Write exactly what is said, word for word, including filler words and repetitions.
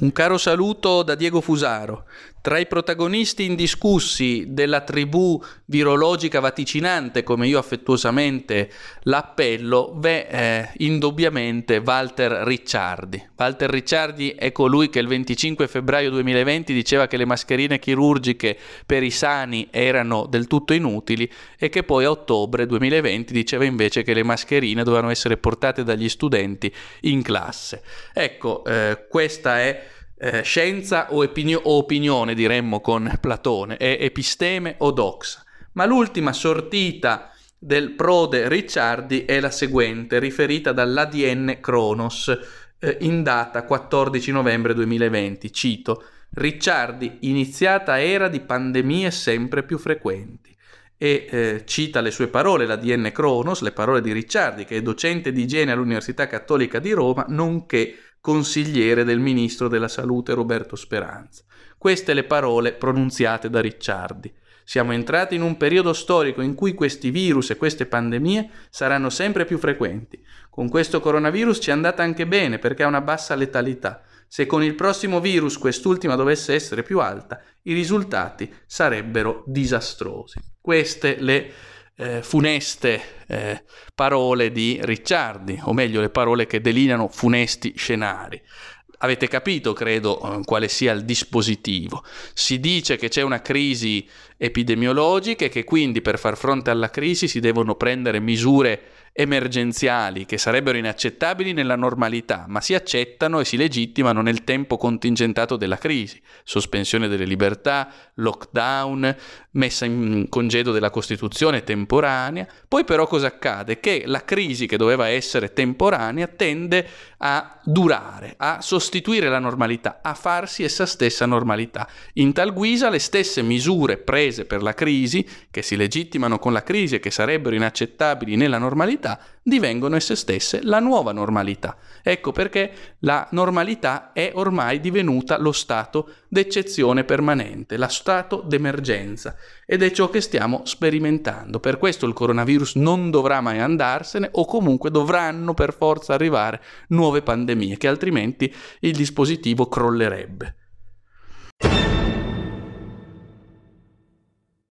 Un caro saluto da Diego Fusaro. Tra i protagonisti indiscussi della tribù virologica vaticinante, come io affettuosamente l'appello, v'è eh, indubbiamente Walter Ricciardi. Walter Ricciardi è colui che il venticinque febbraio duemilaventi diceva che le mascherine chirurgiche per i sani erano del tutto inutili e che poi a ottobre duemilaventi diceva invece che le mascherine dovevano essere portate dagli studenti in classe. Ecco, eh, questa è Eh, scienza o, opinio- o opinione, diremmo con Platone, è episteme o doxa. Ma l'ultima sortita del prode Ricciardi è la seguente, riferita dall'A D N Kronos, eh, in data quattordici novembre duemilaventi. Cito: Ricciardi, iniziata era di pandemie sempre più frequenti. E eh, cita le sue parole, l'A D N Kronos, le parole di Ricciardi, che è docente di igiene all'Università Cattolica di Roma, nonché consigliere del ministro della salute Roberto Speranza. Queste le parole pronunziate da Ricciardi. Siamo entrati in un periodo storico in cui questi virus e queste pandemie saranno sempre più frequenti. Con questo coronavirus ci è andata anche bene perché ha una bassa letalità. Se con il prossimo virus quest'ultima dovesse essere più alta, i risultati sarebbero disastrosi. Queste le Eh, funeste eh, parole di Ricciardi, o meglio le parole che delineano funesti scenari. Avete capito, credo, quale sia il dispositivo. Si dice che c'è una crisi epidemiologica e che quindi per far fronte alla crisi si devono prendere misure emergenziali che sarebbero inaccettabili nella normalità, ma si accettano e si legittimano nel tempo contingentato della crisi. Sospensione delle libertà, lockdown, messa in congedo della Costituzione temporanea. Poi però cosa accade? Che la crisi che doveva essere temporanea tende a durare, a sostituire la normalità, a farsi essa stessa normalità. In tal guisa le stesse misure prese per la crisi, che si legittimano con la crisi e che sarebbero inaccettabili nella normalità, divengono esse stesse la nuova normalità. Ecco perché la normalità è ormai divenuta lo stato d'eccezione permanente, lo stato d'emergenza, ed è ciò che stiamo sperimentando. Per questo il coronavirus non dovrà mai andarsene, o comunque dovranno per forza arrivare nuove pandemie, che altrimenti il dispositivo crollerebbe.